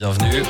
Bienvenue.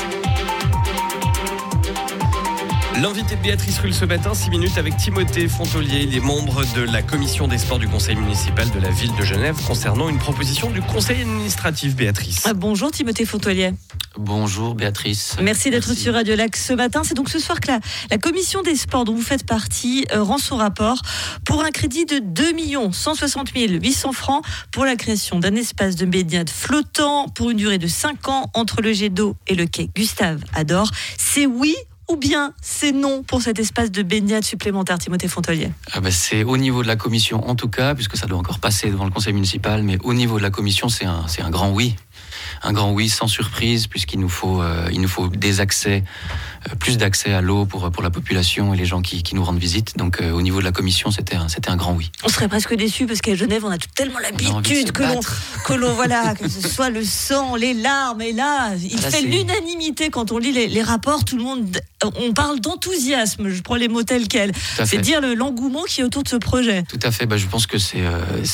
L'invité de Béatrice Rulle ce matin, 6 minutes avec Timothée Fontolier. Il est membre de la commission des sports du conseil municipal de la ville de Genève concernant une proposition du conseil administratif. Béatrice. Bonjour Timothée Fontolier. Bonjour Béatrice. Merci d'être sur Radio Lac ce matin. C'est donc ce soir que la commission des sports dont vous faites partie rend son rapport pour un crédit de 2 160 800 francs pour la création d'un espace de baignade flottant pour une durée de 5 ans entre le jet d'eau et le quai Gustave Ador. C'est oui ou bien c'est non pour cet espace de baignade supplémentaire, Timothée Fontolier? C'est au niveau de la commission en tout cas, puisque ça doit encore passer devant le conseil municipal, mais au niveau de la commission, c'est un grand oui. Un grand oui sans surprise, puisqu'il nous faut des accès, plus d'accès à l'eau pour la population et les gens qui nous rendent visite. Donc au niveau de la commission, c'était un grand oui. On serait presque déçus parce qu'à Genève, on a tellement l'habitude que l'on voilà, que ce soit le sang, les larmes. Et là, fait l'unanimité quand on lit les rapports. Tout le monde, on parle d'enthousiasme. Je prends les mots tels quels. C'est dire l'engouement qui est autour de ce projet. Tout à fait. Je pense que c'est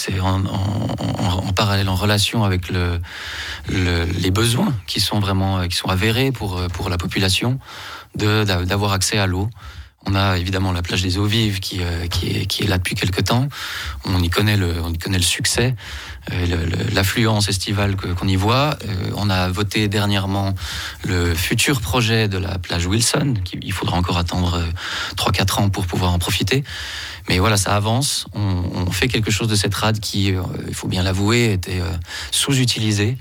en parallèle, en relation avec les besoins qui sont avérés pour la population d'avoir accès à l'eau. On a évidemment la plage des eaux vives qui est là depuis quelque temps. On y connaît le succès, l'affluence estivale qu'on y voit. On a voté dernièrement le futur projet de la plage Wilson. Il faudra encore attendre 3-4 ans pour pouvoir en profiter. Mais voilà, ça avance. On fait quelque chose de cette rade qui, il faut bien l'avouer, était sous-utilisée.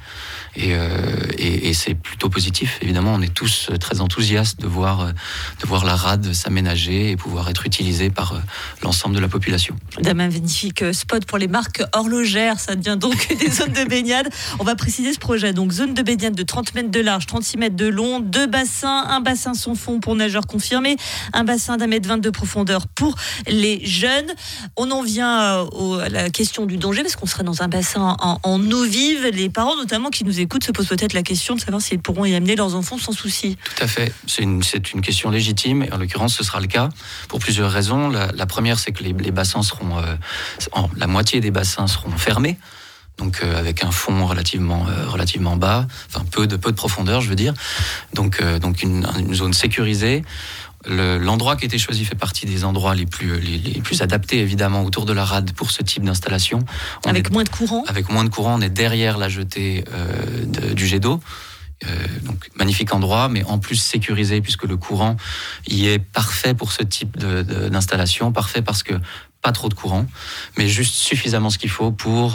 Et c'est plutôt positif. Évidemment, on est tous très enthousiastes de voir la rade s'aménager et pouvoir être utilisée par l'ensemble de la population. D'un magnifique spot pour les marques horlogères, ça devient donc des zones de baignade. On va préciser ce projet. Donc, zone de baignade de 30 mètres de large, 36 mètres de long, 2 bassins, un bassin sans fond pour nageurs confirmés, un bassin d'1,20 m de profondeur pour les jeunes. On en vient à la question du danger, parce qu'on serait dans un bassin en eau vive. Les parents, notamment, qui nous écoutent, se posent peut-être la question de savoir s'ils pourront y amener leurs enfants sans souci. Tout à fait. C'est une question légitime, et en l'occurrence, ce sera le cas pour plusieurs raisons. La première, c'est que les bassins seront, la moitié des bassins seront fermés. Donc avec un fond relativement bas, enfin peu de profondeur, je veux dire. Donc une zone sécurisée. L'endroit qui a été choisi fait partie des endroits les plus adaptés, évidemment, autour de la rade pour ce type d'installation. Avec moins de courant. Avec moins de courant, on est derrière la jetée du jet d'eau. Donc magnifique endroit, mais en plus sécurisé, puisque le courant y est parfait pour ce type d'installation, parfait parce que pas trop de courant, mais juste suffisamment ce qu'il faut pour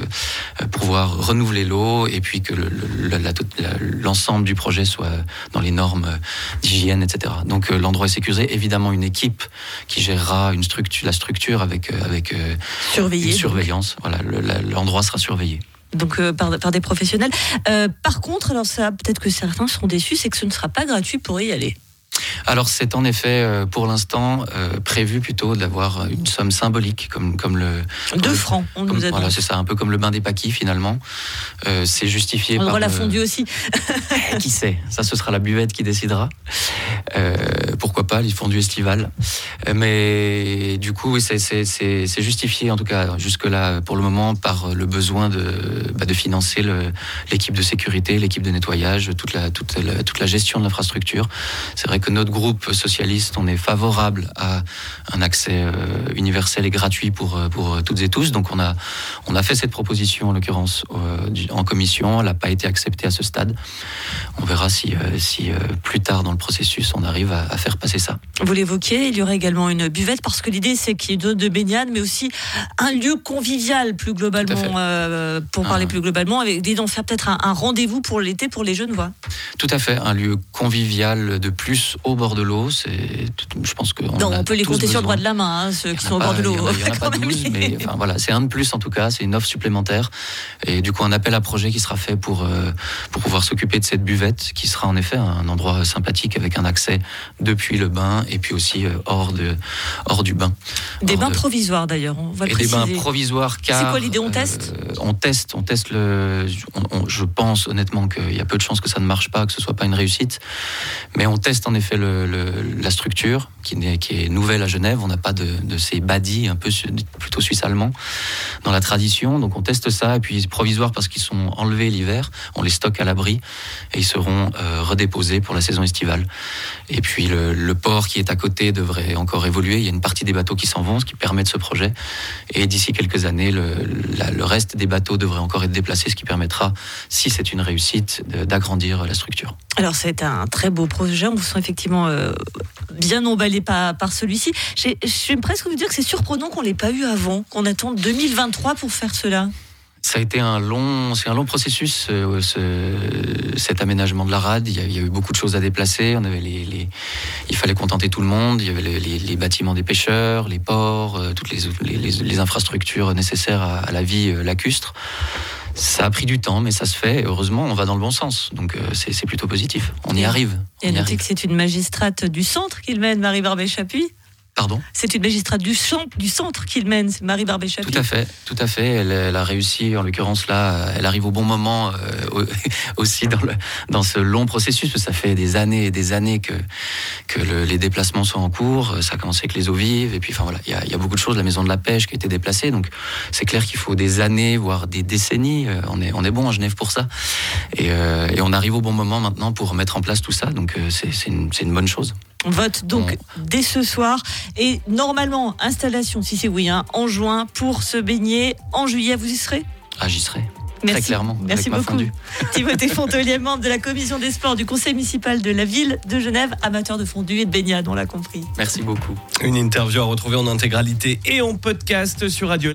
pouvoir renouveler l'eau, et puis que l'ensemble du projet soit dans les normes d'hygiène, etc. Donc l'endroit est sécurisé. Évidemment, une équipe qui gérera la structure avec une surveillance. Voilà, l'endroit sera surveillé. Donc par des professionnels. Par contre, alors ça, peut-être que certains seront déçus, c'est que ce ne sera pas gratuit pour y aller. Alors c'est en effet pour l'instant prévu plutôt d'avoir une somme symbolique comme le 2 francs. On nous a dit. Voilà, c'est ça, un peu comme le bain des paquis finalement. C'est justifié par. On aura la fondue aussi. Qui sait, ça ce sera la buvette qui décidera. Pourquoi pas les fondues estivales. Mais du coup oui, c'est justifié en tout cas jusque là pour le moment par le besoin de financer l'équipe de sécurité, l'équipe de nettoyage, toute la gestion de l'infrastructure. C'est vrai que notre groupe socialiste, on est favorable à un accès universel et gratuit pour toutes et tous. Donc on a fait cette proposition en l'occurrence en commission. Elle n'a pas été acceptée à ce stade. On verra si plus tard dans le processus on arrive à faire passer ça. Vous l'évoquiez, il y aura également une buvette, parce que l'idée c'est qu'il y ait une zone de baignade, mais aussi un lieu convivial plus globalement, pour parler plus globalement, avec l'idée d'en faire peut-être un rendez-vous pour l'été pour les Genevois. Tout à fait, un lieu convivial de plus au bord de l'eau. Je pense que on peut les compter sur le doigt de la main, ceux qui sont au bord de l'eau. Il n'y en a pas 12, mais enfin, voilà, c'est un de plus en tout cas, c'est une offre supplémentaire. Et du coup, un appel à projet qui sera fait pour pouvoir s'occuper de cette buvette, qui sera en effet un endroit sympathique avec un accès depuis le bain et puis aussi hors du bain. Des bains provisoires d'ailleurs, on va le préciser. Des bains provisoires car... C'est quoi l'idée, on teste je pense honnêtement qu'il y a peu de chances que ça ne marche pas, que ce soit pas une réussite. Mais on teste en effet la structure qui est nouvelle à Genève. On n'a pas de ces badis un peu plutôt suisse-allemand dans la tradition. Donc on teste ça, et puis provisoire parce qu'ils sont enlevés l'hiver. On les stocke à l'abri et ils seront redéposés pour la saison estivale. Et puis le port qui est à côté devrait encore évoluer. Il y a une partie des bateaux qui s'en vont, ce qui permet de ce projet. Et d'ici quelques années, le reste des bateaux devrait encore être déplacé, ce qui permettra, si c'est une réussite, d'agrandir la structure. Alors c'est un très beau projet, on vous sent effectivement bien emballé par celui-ci. Je vais presque vous dire que c'est surprenant qu'on ne l'ait pas eu avant, qu'on attende 2023 pour faire cela. Ça a été un long processus, cet aménagement de la rade. Il y a eu beaucoup de choses à déplacer. On avait il fallait contenter tout le monde. Il y avait les bâtiments des pêcheurs, les ports, toutes les infrastructures nécessaires à la vie lacustre. Ça a pris du temps, mais ça se fait. Heureusement, on va dans le bon sens. Donc, c'est plutôt positif. On y arrive. Et notez que c'est une magistrate du centre qui le mène, Marie Barbet-Chapuis. Pardon ? C'est une magistrate du centre qui le mène, c'est Marie Barbet-Chapuis. Tout à fait. Elle a réussi, en l'occurrence là, elle arrive au bon moment aussi dans ce long processus, parce que ça fait des années et des années que les déplacements sont en cours. Ça a commencé avec les eaux vives, et puis enfin voilà, il y a beaucoup de choses. La maison de la pêche qui a été déplacée, donc c'est clair qu'il faut des années, voire des décennies. On est bon à Genève pour ça, et on arrive au bon moment maintenant pour mettre en place tout ça. Donc c'est une bonne chose. On vote donc dès ce soir, et normalement installation, si c'est oui, en juin pour se baigner. En juillet, vous y serez ? Ah, j'y serai. Merci. Très clairement. Merci avec beaucoup. Timothée Fontolier, membre de la commission des sports du conseil municipal de la ville de Genève, amateur de fondue et de baignade, on l'a compris. Merci beaucoup. Une interview à retrouver en intégralité et en podcast sur Radio.